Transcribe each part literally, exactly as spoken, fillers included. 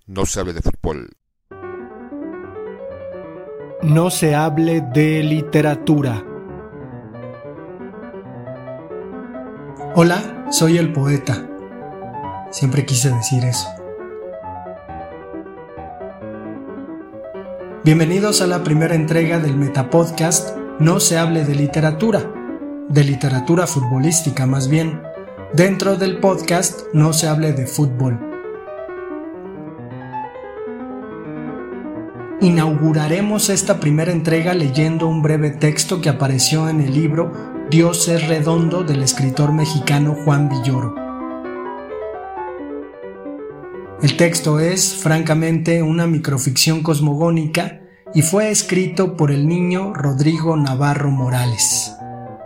No se hable de fútbol. No se hable de literatura. Hola, soy el poeta. Siempre quise decir eso. Bienvenidos a la primera entrega del Metapodcast No se hable de literatura, de literatura futbolística más bien. Dentro del podcast No se hable de fútbol. Inauguraremos esta primera entrega leyendo un breve texto que apareció en el libro Dios es redondo del escritor mexicano Juan Villoro. El texto es, francamente, una microficción cosmogónica y fue escrito por el niño Rodrigo Navarro Morales.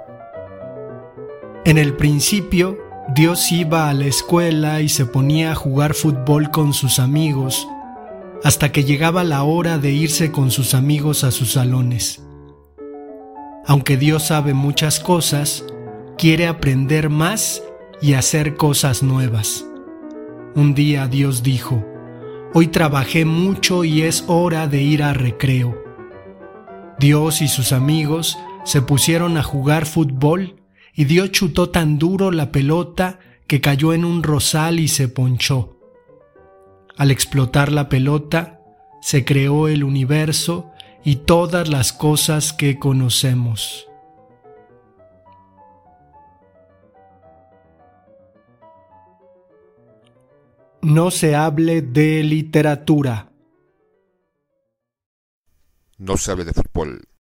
En el principio, Dios iba a la escuela y se ponía a jugar fútbol con sus amigos, hasta que llegaba la hora de irse con sus amigos a sus salones. Aunque Dios sabe muchas cosas, quiere aprender más y hacer cosas nuevas. Un día Dios dijo: «Hoy trabajé mucho y es hora de ir a recreo». Dios y sus amigos se pusieron a jugar fútbol y Dios chutó tan duro la pelota que cayó en un rosal y se ponchó. Al explotar la pelota, se creó el universo y todas las cosas que conocemos. No se hable de literatura. No se hable de fútbol.